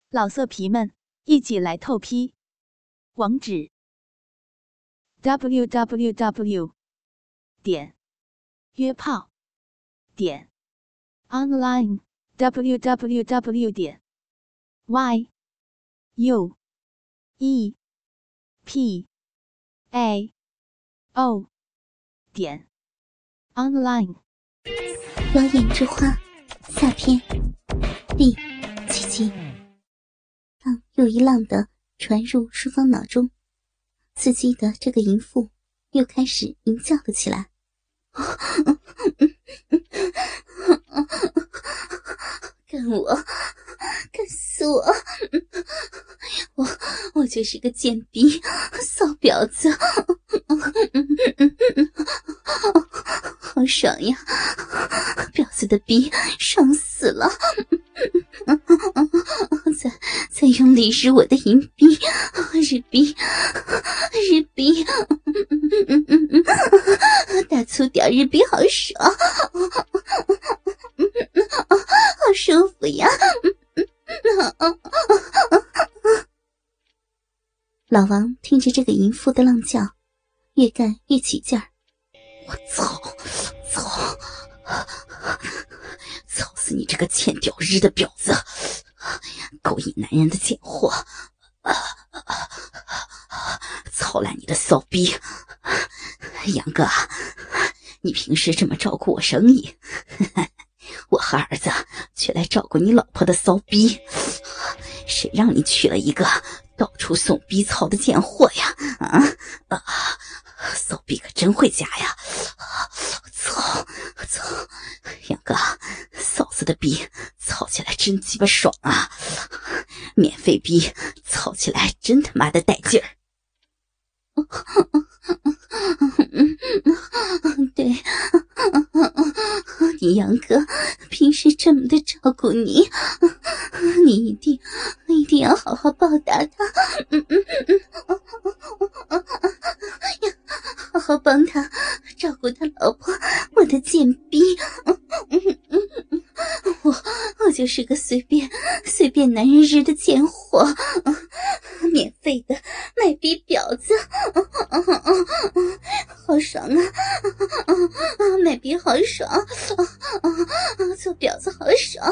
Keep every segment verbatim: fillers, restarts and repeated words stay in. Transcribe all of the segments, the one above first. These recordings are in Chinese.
老色皮们，一起来透批！网址 ：double u double u double u 点约炮点 online w w w 点 y u e p a o 点 online。 妖艳之花下篇第七集。浪又一浪的传入淑芳脑中，刺激的这个淫妇又开始淫叫了起来。干我，干死我！我我就是个贱逼，骚婊子，好爽呀！婊子的逼爽死了！再再用力日我的淫逼，日逼，日逼，大粗点日逼好爽，好舒服呀！老王听着这个淫妇的浪叫，越干越起劲儿。我操操操死你这个欠屌日的婊子，勾引男人的贱货，操烂你的骚逼！杨哥，你平时这么照顾我生意，我和儿子却来照顾你老婆的骚逼，谁让你娶了一个到处送逼操的贱货呀？啊啊！骚逼可真会夹呀！操操，杨哥，嫂子的逼操起来真鸡巴爽啊！免费逼操起来真他妈的带劲儿！对，你杨哥平时这么的照顾你，你一定一定要好好报答他，嗯嗯嗯，好好帮他照顾他老婆，我的贱逼，我我就是个随便随便男人日的贱货，免费的卖逼婊子，好爽啊！卖逼好爽，做婊子好爽，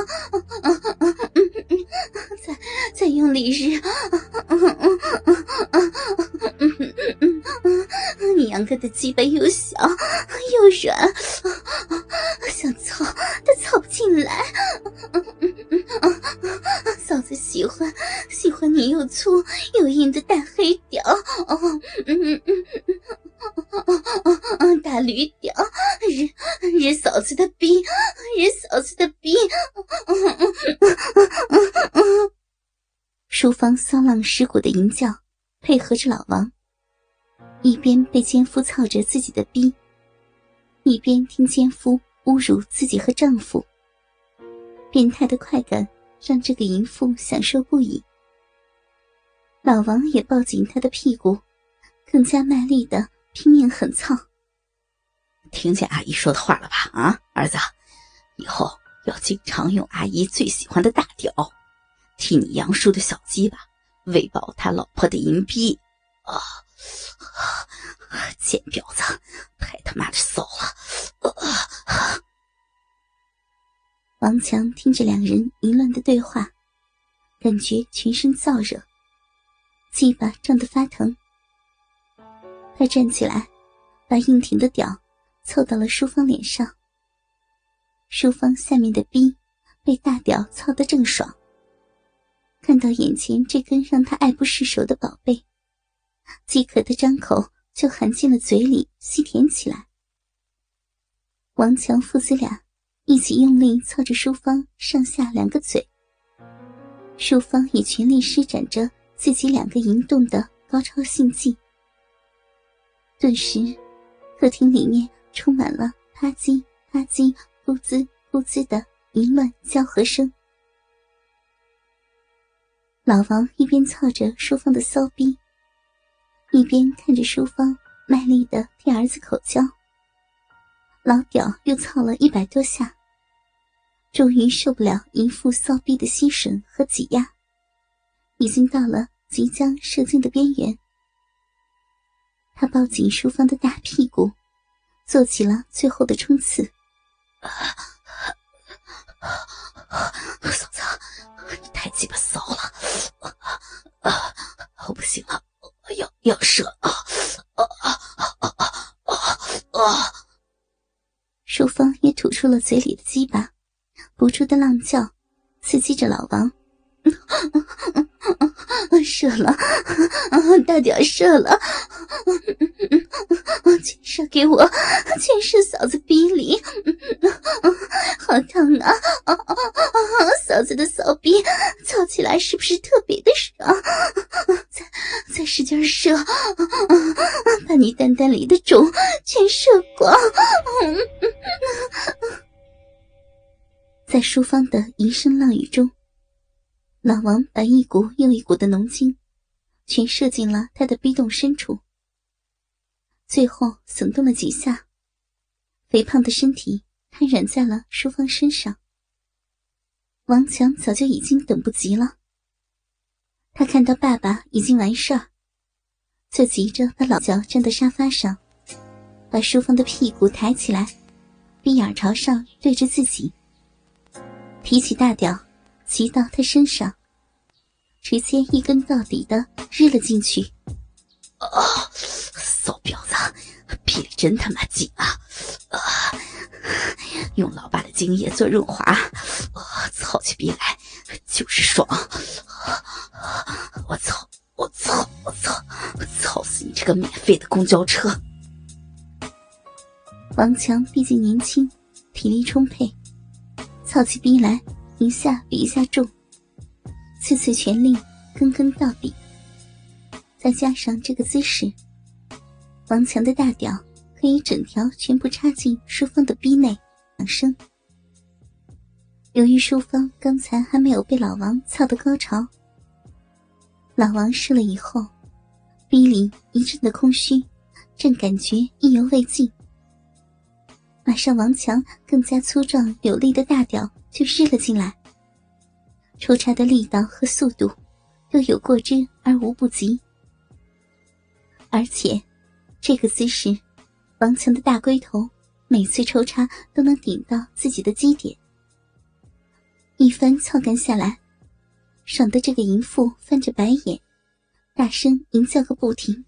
再再用力日，你杨哥的鸡巴又小又软，想操他操不进来，嫂子喜欢喜欢你又粗又硬的大黑屌，大驴屌，日日嫂子的逼，日嫂子的逼。淑芳骚浪蚀骨的淫叫，配合着老王，一边被奸夫操着自己的逼，一边听奸夫侮辱自己和丈夫。变态的快感让这个淫妇享受不已。老王也抱紧她的屁股，更加卖力的拼命狠操。 听见阿姨说的话了吧？啊，儿子，以后要经常用阿姨最喜欢的大屌，替你杨叔的小鸡巴喂饱他老婆的淫逼。啊，贱婊子，太他妈的骚了！啊、 王强听着两人淫乱的对话，感觉全身燥热，鸡巴胀得发疼。他站起来，把硬挺的屌凑到了淑芳脸上。淑芳下面的逼被大屌操得正爽，看到眼前这根让他爱不释手的宝贝，饥渴的张口就含进了嘴里吸舔起来。王强父子俩一起用力操着淑芳上下两个嘴，淑芳也全力施展着自己两个淫动的高超性技。顿时客厅里面充满了啪叽啪叽噗滋噗滋的淫乱交合声。老王一边操着淑芳的骚逼，一边看着淑芳卖力地替儿子口交。老屌又操了一百多下，终于受不了淫妇骚逼的吸吮和挤压， 已经到了即将射精的边缘。他抱紧淑芳的大屁股，做起了最后的冲刺。 嫂子，你太鸡巴骚了！啊，我不行了，要要射啊！啊啊啊啊啊！ 淑芳也吐出了嘴里的鸡巴，不住的浪叫，刺激着老王。射了，大屌射了，全射给我，全射嫂子逼里，好烫啊！嫂子的骚逼操起来是不是特别的爽？再再使劲射，把你蛋蛋里的种全射光。在淑芳的一声浪语中，老王把一股又一股的浓精全射进了他的逼洞深处，最后耸动了几下，肥胖的身体瘫软在了淑芳身上。王强早就已经等不及了，他看到爸爸已经完事儿，就急着把老脚站在沙发上，把淑芳的屁股抬起来，逼眼朝上对着自己，提起大屌骑到他身上，直接一根到底的日了进去。 啊，骚婊子，屁里真他妈紧啊！啊，用老爸的精液做润滑，啊，操起逼来就是爽！我操！我操！我操！我操死你这个免费的公交车！ 王强毕竟年轻，体力充沛，操起逼来一下比一下重，次次全力，根根到底。再加上这个姿势，王强的大屌可以整条全部插进淑芳的逼内两声。由于淑芳刚才还没有被老王操得高潮，老王射了以后，逼里一阵的空虚，正感觉意犹未尽。马上王强更加粗壮有力的大屌就日了进来，抽插的力道和速度都有过之而无不及。而且这个姿势，王强的大龟头每次抽插都能顶到自己的基点。一番操干下来，爽得这个淫妇翻着白眼，大声淫叫个不停。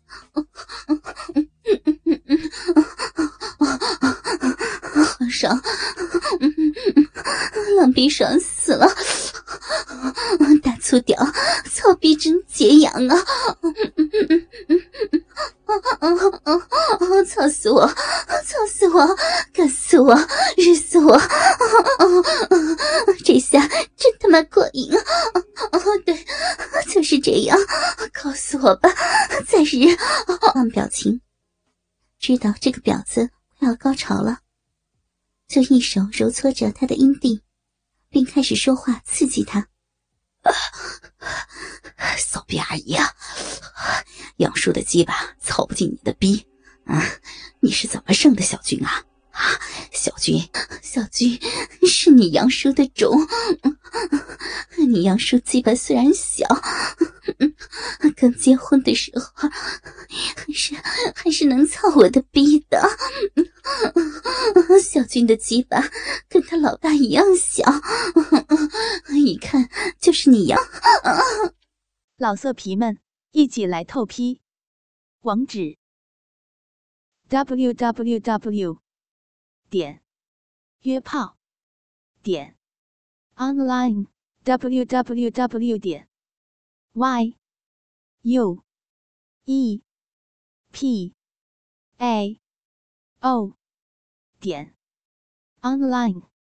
好爽，浪逼爽死了，大粗屌，操逼真解痒啊！操死我，操死我，干死我，日死我！这下真他妈过瘾啊！对，就是这样，告诉我吧，再日！望表情，知道这个婊子快要高潮了，就一手揉搓着她的阴蒂，并开始说话刺激她。 骚逼阿姨啊，杨叔的鸡巴操不进你的逼啊！你是怎么生的小军啊？啊，小军， 小军，是你杨叔的种。你杨叔鸡巴虽然小，刚结婚的时候还是还是能操我的逼的。小军的鸡巴跟他老爸一样小，一看就是你杨。 老色皮们，一起来透批！网址 ：double-u double-u double-u 点约炮点 online double-u double-u double-u 点 y u e p a o 点 online。